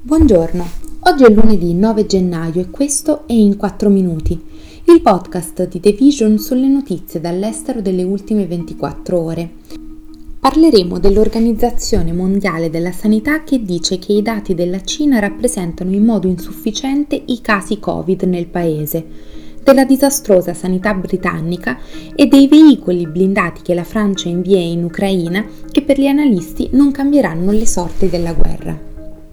Buongiorno, oggi è lunedì 9 gennaio e questo è In 4 Minuti, il podcast di The Vision sulle notizie dall'estero delle ultime 24 ore. Parleremo dell'Organizzazione Mondiale della Sanità che dice che i dati della Cina rappresentano in modo insufficiente i casi Covid nel paese, della disastrosa sanità britannica e dei veicoli blindati che la Francia invia in Ucraina che per gli analisti non cambieranno le sorti della guerra.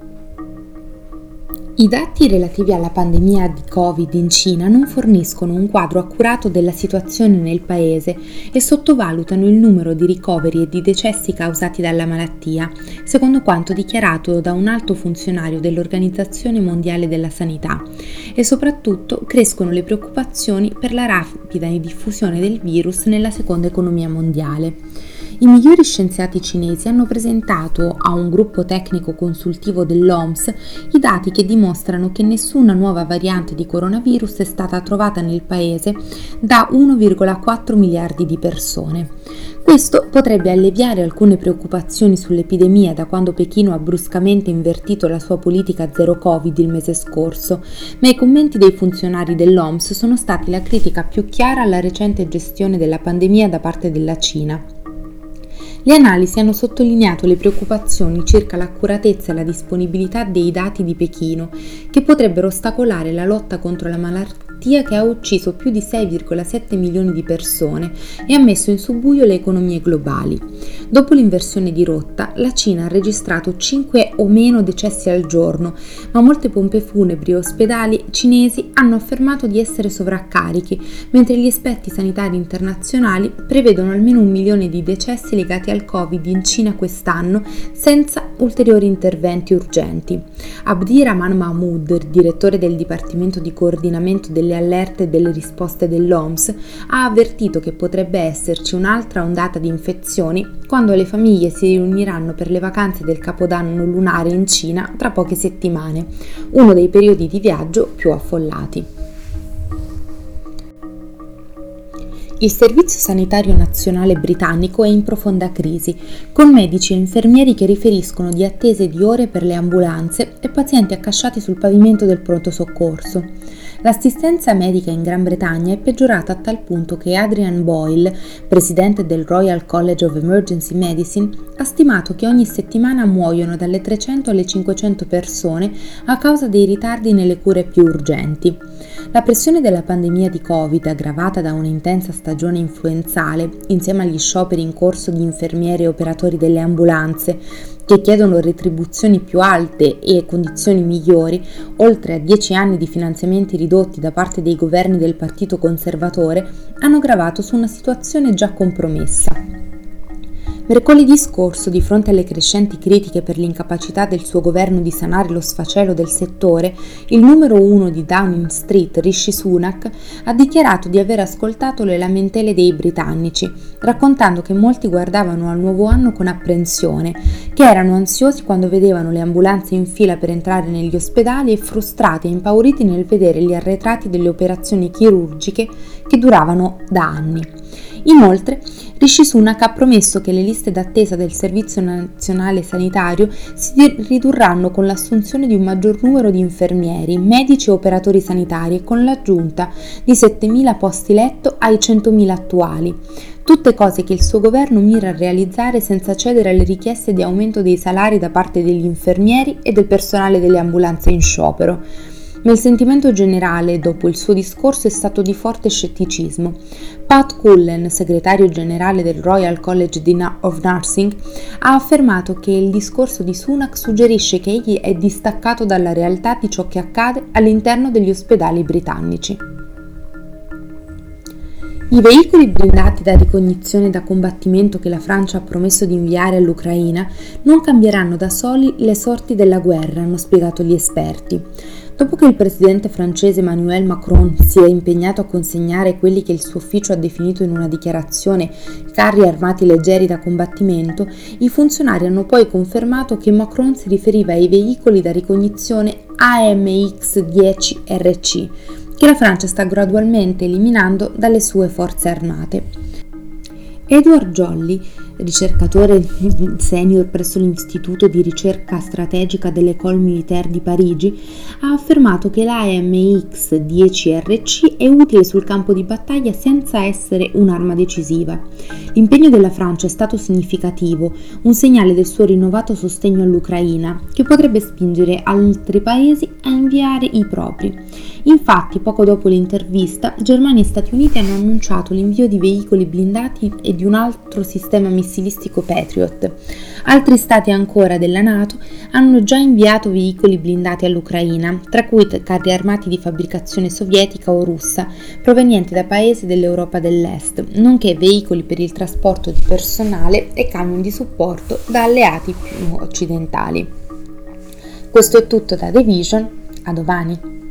I dati relativi alla pandemia di Covid in Cina non forniscono un quadro accurato della situazione nel paese e sottovalutano il numero di ricoveri e di decessi causati dalla malattia, secondo quanto dichiarato da un alto funzionario dell'Organizzazione Mondiale della Sanità, e soprattutto crescono le preoccupazioni per la rapida diffusione del virus nella seconda economia mondiale. I migliori scienziati cinesi hanno presentato a un gruppo tecnico consultivo dell'OMS i dati che dimostrano che nessuna nuova variante di coronavirus è stata trovata nel paese da 1,4 miliardi di persone. Questo potrebbe alleviare alcune preoccupazioni sull'epidemia da quando Pechino ha bruscamente invertito la sua politica zero Covid il mese scorso, ma i commenti dei funzionari dell'OMS sono stati la critica più chiara alla recente gestione della pandemia da parte della Cina. Le analisi hanno sottolineato le preoccupazioni circa l'accuratezza e la disponibilità dei dati di Pechino, che potrebbero ostacolare la lotta contro la malattia che ha ucciso più di 6,7 milioni di persone e ha messo in subbuglio le economie globali. Dopo l'inversione di rotta, la Cina ha registrato 5 o meno decessi al giorno, ma molte pompe funebri e ospedali cinesi hanno affermato di essere sovraccarichi, mentre gli esperti sanitari internazionali prevedono almeno 1 milione di decessi legati al Covid in Cina quest'anno, senza ulteriori interventi urgenti. Abdirahman Mahmoud, direttore del Dipartimento di Coordinamento delle Allerte e delle Risposte dell'OMS, ha avvertito che potrebbe esserci un'altra ondata di infezioni quando le famiglie si riuniranno per le vacanze del Capodanno lunare in Cina tra poche settimane, uno dei periodi di viaggio più affollati. Il Servizio Sanitario Nazionale britannico è in profonda crisi, con medici e infermieri che riferiscono di attese di ore per le ambulanze e pazienti accasciati sul pavimento del pronto soccorso. L'assistenza medica in Gran Bretagna è peggiorata a tal punto che Adrian Boyle, presidente del Royal College of Emergency Medicine, ha stimato che ogni settimana muoiono dalle 300 alle 500 persone a causa dei ritardi nelle cure più urgenti. La pressione della pandemia di Covid, aggravata da un'intensa stagione influenzale, insieme agli scioperi in corso di infermieri e operatori delle ambulanze, che chiedono retribuzioni più alte e condizioni migliori, oltre a 10 anni di finanziamenti ridotti da parte dei governi del Partito Conservatore, hanno gravato su una situazione già compromessa. Mercoledì scorso, di fronte alle crescenti critiche per l'incapacità del suo governo di sanare lo sfacelo del settore, il numero 1 di Downing Street, Rishi Sunak, ha dichiarato di aver ascoltato le lamentele dei britannici, raccontando che molti guardavano al nuovo anno con apprensione, che erano ansiosi quando vedevano le ambulanze in fila per entrare negli ospedali e frustrati e impauriti nel vedere gli arretrati delle operazioni chirurgiche che duravano da anni. Inoltre, Rishi Sunak ha promesso che le liste d'attesa del Servizio Nazionale Sanitario si ridurranno con l'assunzione di un maggior numero di infermieri, medici e operatori sanitari e con l'aggiunta di 7.000 posti letto ai 100.000 attuali. Tutte cose che il suo governo mira a realizzare senza cedere alle richieste di aumento dei salari da parte degli infermieri e del personale delle ambulanze in sciopero. Ma il sentimento generale dopo il suo discorso è stato di forte scetticismo. Pat Cullen, segretario generale del Royal College of Nursing, ha affermato che il discorso di Sunak suggerisce che egli è distaccato dalla realtà di ciò che accade all'interno degli ospedali britannici. I veicoli blindati da ricognizione da combattimento che la Francia ha promesso di inviare all'Ucraina non cambieranno da soli le sorti della guerra, hanno spiegato gli esperti. Dopo che il presidente francese Emmanuel Macron si è impegnato a consegnare quelli che il suo ufficio ha definito in una dichiarazione carri armati leggeri da combattimento, i funzionari hanno poi confermato che Macron si riferiva ai veicoli da ricognizione AMX-10RC, che la Francia sta gradualmente eliminando dalle sue forze armate. Edward Jolly, ricercatore senior presso l'Istituto di ricerca strategica dell'École Militaire di Parigi, ha affermato che l'AMX-10RC è utile sul campo di battaglia senza essere un'arma decisiva. L'impegno della Francia è stato significativo, un segnale del suo rinnovato sostegno all'Ucraina, che potrebbe spingere altri paesi a inviare i propri. Infatti, poco dopo l'intervista, Germania e Stati Uniti hanno annunciato l'invio di veicoli blindati e di un altro sistema missilistico Patriot. Altri stati ancora della NATO hanno già inviato veicoli blindati all'Ucraina, tra cui carri armati di fabbricazione sovietica o russa, provenienti da paesi dell'Europa dell'Est, nonché veicoli per il trasporto di personale e camion di supporto da alleati più occidentali. Questo è tutto da The Vision, a domani.